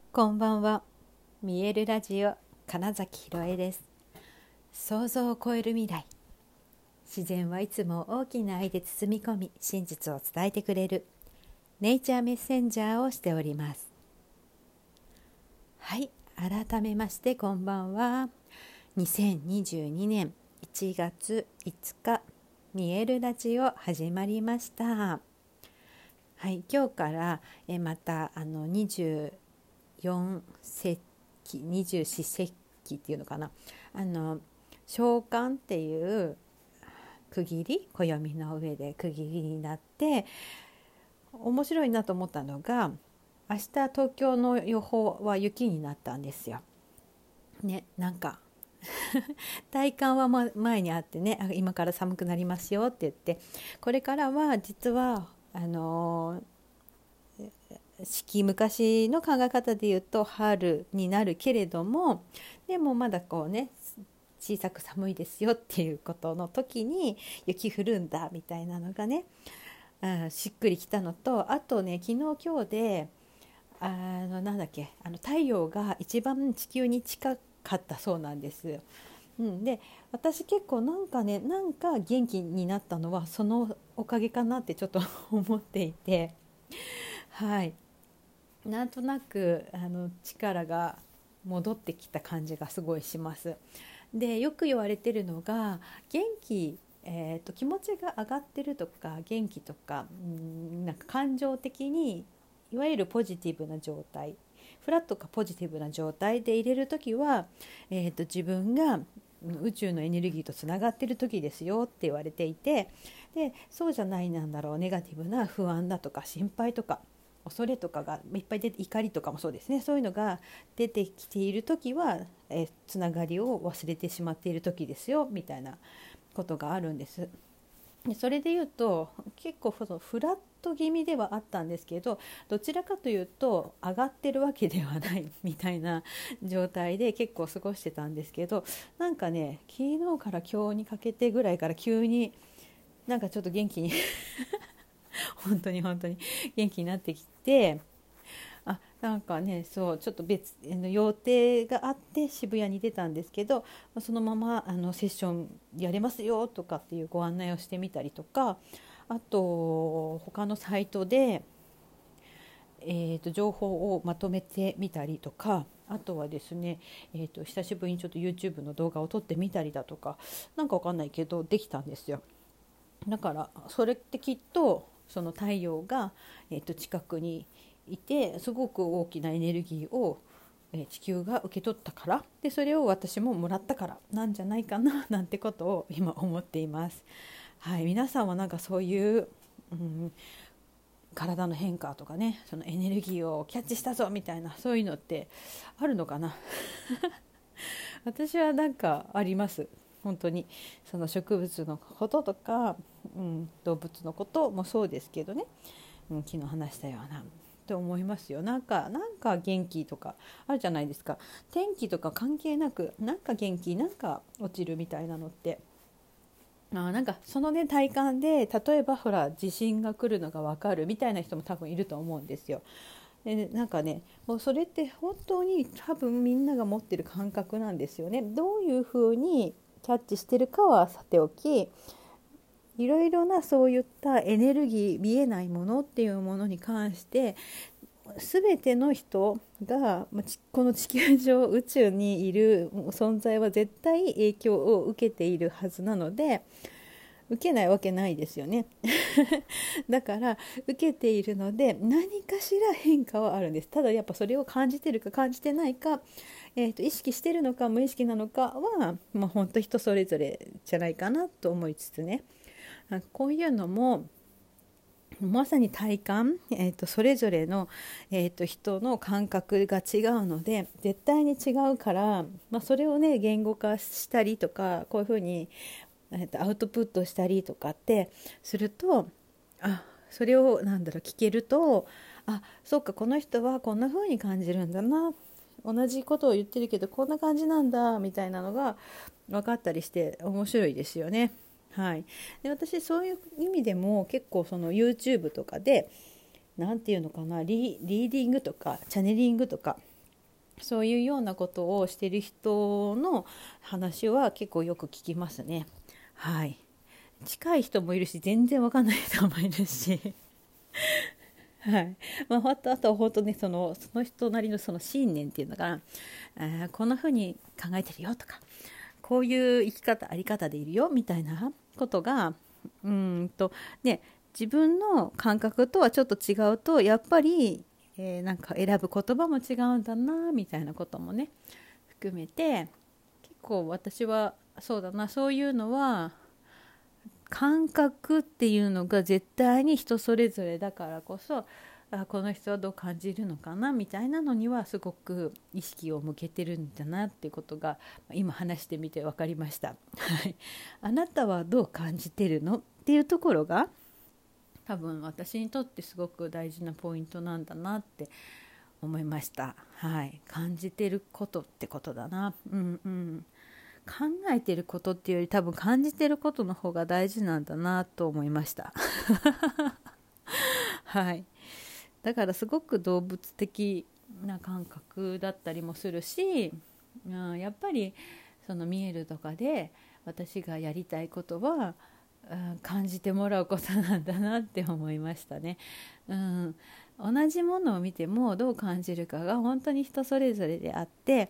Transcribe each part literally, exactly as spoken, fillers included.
こんばんは。見えるラジオ金崎ひろえです。想像を超える未来。自然はいつも大きな愛で包み込み、真実を伝えてくれるネイチャーメッセンジャーをしております。はい、改めましてこんばんは。にせんにじゅうにねんいちがついつか、見えるラジオ始まりました。はい、今日からえまたあのにじゅうよん節気にじゅうよん節気っていうのかな、あの小寒っていう区切り、暦の上で区切りになって、面白いなと思ったのが、明日東京の予報は雪になったんですよ。ね、なんか体感は前にあってね、今から寒くなりますよって言って、これからは実はあの四季、昔の考え方で言うと春になるけれども、でもまだこうね、小さく寒いですよっていうことの時に雪降るんだみたいなのがね、うん、しっくりきたのと、あとね、昨日今日であのなんだっけ、あの太陽が一番地球に近かったそうなんです。うん、で私結構なんかね、なんか元気になったのはそのおかげかなってちょっと思っていて、はい、なんとなくあの力が戻ってきた感じがすごいします。でよく言われてるのが、元気、えーと、気持ちが上がってるとか元気とか、うんなんか感情的にいわゆるポジティブな状態、フラットかポジティブな状態で入れるときは、えーと、自分が宇宙のエネルギーとつながってる時ですよって言われていて、でそうじゃない、なんだろう、ネガティブな不安だとか心配とか恐れとかがいっぱい出て、怒りとかもそうですね、そういうのが出てきている時は、えーつながりを忘れてしまっている時ですよみたいなことがあるんです。でそれで言うと結構そのフラット気味ではあったんですけど、どちらかというと上がってるわけではないみたいな状態で結構過ごしてたんですけど、なんかね、昨日から今日にかけてぐらいから急になんかちょっと元気に本当に本当に元気になってきて、あ、なんかね、そうちょっと別の予定があって渋谷に出たんですけど、そのままあのセッションやれますよとかっていうご案内をしてみたりとか、あと他のサイトで、えーと情報をまとめてみたりとか、あとはですね、えーと久しぶりにちょっと YouTube の動画を撮ってみたりだとか、なんかわかんないけどできたんですよ。だからそれってきっとその太陽が、えーと近くにいて、すごく大きなエネルギーを、えー地球が受け取ったから、でそれを私ももらったからなんじゃないかななんてことを今思っています。はい、皆さんはなんかそういう、うん、体の変化とかね、そのエネルギーをキャッチしたぞみたいな、そういうのってあるのかな。私はなんかあります。本当にその植物のこととか、うん、動物のこともそうですけどね、うん、昨日話したようなと思いますよ。なんかなんか元気とかあるじゃないですか。天気とか関係なく、なんか元気、なんか落ちるみたいなのって、あ、なんかそのね、体感で例えばほら地震が来るのが分かるみたいな人も多分いると思うんですよ。でなんかね、もうそれって本当に多分みんなが持ってる感覚なんですよね。どういうふうにキャッチしてるかはさておき、いろいろなそういったエネルギー、見えないものっていうものに関して全ての人がこの地球上、宇宙にいる存在は絶対影響を受けているはずなので、受けないわけないですよね。だから受けているので何かしら変化はあるんです。ただやっぱそれを感じてるか感じてないか、えーと、意識してるのか無意識なのかは、まあ、本当人それぞれじゃないかなと思いつつね、こういうのもまさに体感、えーと、それぞれの、えーと、人の感覚が違うので絶対に違うから、まあ、それをね言語化したりとか、こういうふうにえっと、アウトプットしたりとかってすると、あ、それをなんだろう、聞けると、あ、そうか、この人はこんな風に感じるんだな、同じことを言ってるけどこんな感じなんだみたいなのが分かったりして面白いですよね。はい、で私そういう意味でも結構その YouTube とかでなんていうのかな、リ、リーディングとかチャネリングとかそういうようなことをしてる人の話は結構よく聞きますね。はい、近い人もいるし全然わかんない人もいるしはいまあ、あとあとは本当ねそのその人なりのその信念っていうのが、えーこんな風に考えてるよとか、こういう生き方あり方でいるよみたいなことがうーんとね自分の感覚とはちょっと違うとやっぱり、えーなんか選ぶ言葉も違うんだなみたいなこともね含めて、結構私はそうだな、そういうのは感覚っていうのが絶対に人それぞれだからこそ、あこの人はどう感じるのかなみたいなのにはすごく意識を向けてるんだなっていうことが今話してみて分かりました。はい、あなたはどう感じてるのっていうところが多分私にとってすごく大事なポイントなんだなって思いました。はい、感じてることってことだな。うんうん。考えてることっていうより多分感じてることの方が大事なんだなと思いましたはい、だからすごく動物的な感覚だったりもするし、うん、やっぱりその見えるとかで私がやりたいことは、うん、感じてもらうことなんだなって思いましたね、うん、同じものを見てもどう感じるかが本当に人それぞれであって、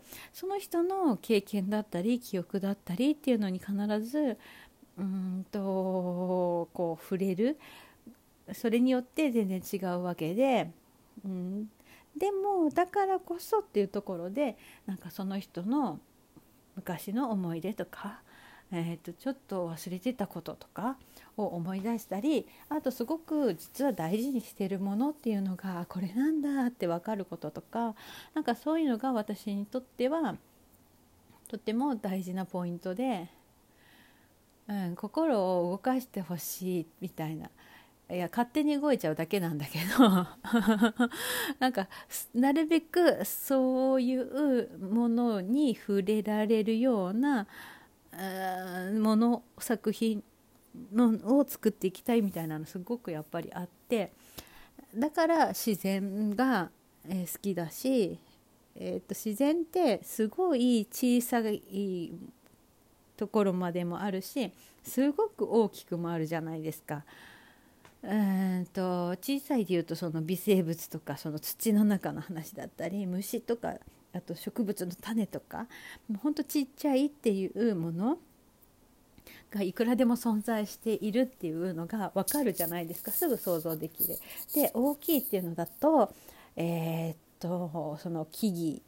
その人の経験だったり記憶だったりっていうのに必ずうーんとこう触れる、それによって全然違うわけで、うん、でもだからこそっていうところでなんかその人の昔の思い出とか、えー、とちょっと忘れてたこととかを思い出したり、あとすごく実は大事にしてるものっていうのがこれなんだって分かることとか、なんかそういうのが私にとってはとても大事なポイントで、うん、心を動かしてほしいみたいな、いや勝手に動いちゃうだけなんだけどなんかなるべくそういうものに触れられるようなもの作品のを作っていきたいみたいなのすごくやっぱりあって、だから自然が、えー好きだし、えーと自然ってすごい小さいところまでもあるしすごく大きくもあるじゃないですか。うーんと小さいでいうとその微生物とかその土の中の話だったり虫とか、あと植物の種とかもうほんとちっちゃいっていうものがいくらでも存在しているっていうのが分かるじゃないですか。すぐ想像できる。で大きいっていうのだとえーっとその木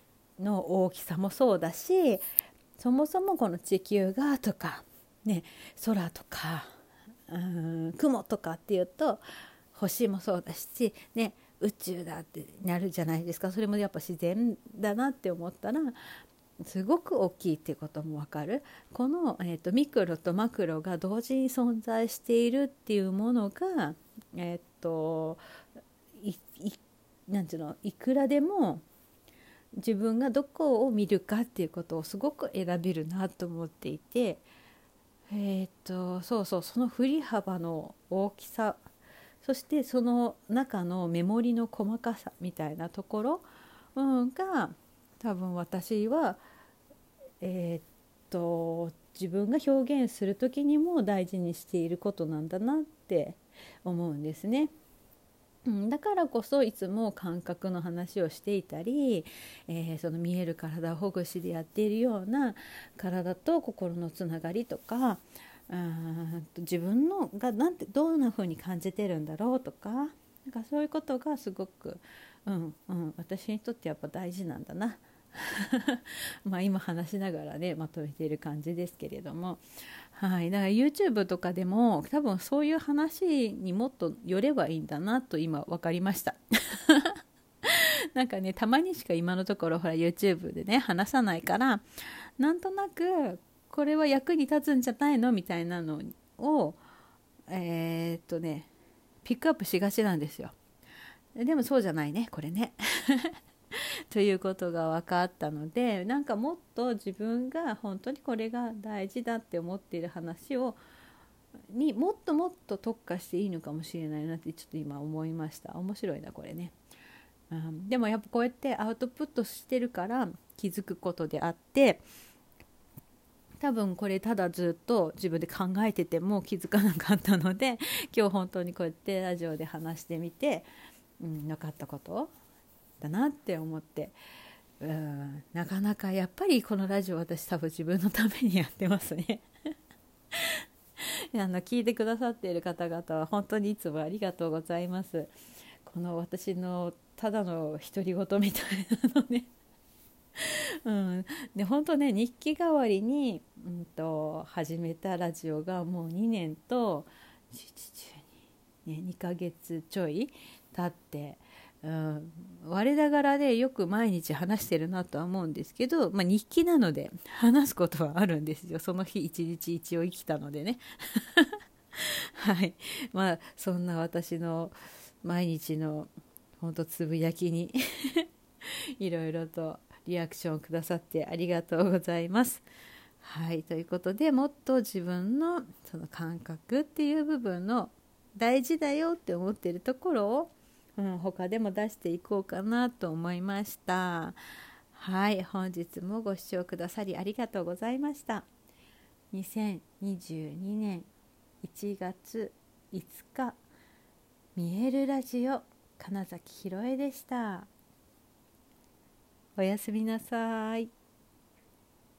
々の大きさもそうだし、そもそもこの地球がとか、ね、空とかうーん雲とかっていうと星もそうだし、ね、宇宙だってなるじゃないですか。それもやっぱ自然だなって思ったらすごく大きいっていうことも分かる。この、えーと、ミクロとマクロが同時に存在しているっていうものが、えーと、いいなんていうの、いくらでも自分がどこを見るかっていうことをすごく選べるなと思っていて、えーと、そうそう、その振り幅の大きさ、そしてその中のメモリの細かさみたいなところ、うん、が多分私はえーっと自分が表現する時にも大事にしていることなんだなって思うんですね。うん、だからこそいつも感覚の話をしていたり、えーその見える体をほぐしでやっているような体と心のつながりとか、うーんと自分のがなんてどんな風に感じてるんだろうとか、なんかそういうことがすごく、うんうん、私にとってやっぱ大事なんだなまあ今話しながらねまとめている感じですけれども、はい、だから YouTube とかでも多分そういう話にもっと寄ればいいんだなと今分かりましたなんかねたまにしか今のところほら YouTube でね話さないから、なんとなくこれは役に立つんじゃないのみたいなのをえー、っとねピックアップしがちなんですよ。でもそうじゃないねこれねということが分かったので、なんかもっと自分が本当にこれが大事だって思っている話をにもっともっと特化していいのかもしれないなってちょっと今思いました。面白いなこれね。 うん、でもやっぱこうやってアウトプットしてるから気づくことであって、多分これただずっと自分で考えてても気づかなかったので、今日本当にこうやってラジオで話してみて、うん、分かったことだなって思って、うん、なかなかやっぱりこのラジオ私多分自分のためにやってますねあの聞いてくださっている方々は本当にいつもありがとうございます。この私のただの独り言みたいなのねうん、で本当ね、日記代わりに、うん、と始めたラジオがもうにねんとじゅういち、じゅうに、ね、にかげつちょい経って、うん、我ながらでよく毎日話してるなとは思うんですけど、まあ、日記なので話すことはあるんですよ。その日一日一応生きたのでねはい、まあそんな私の毎日の本当つぶやきにいろいろとリアクションくださってありがとうございます。はい、ということで、もっと自分のその感覚っていう部分の大事だよって思っているところを、うん、他でも出していこうかなと思いました。はい、本日もご視聴くださりありがとうございました。にせんにじゅうにねんいちがついつか、見えるラジオ金崎ひろえでした。おやすみなさい。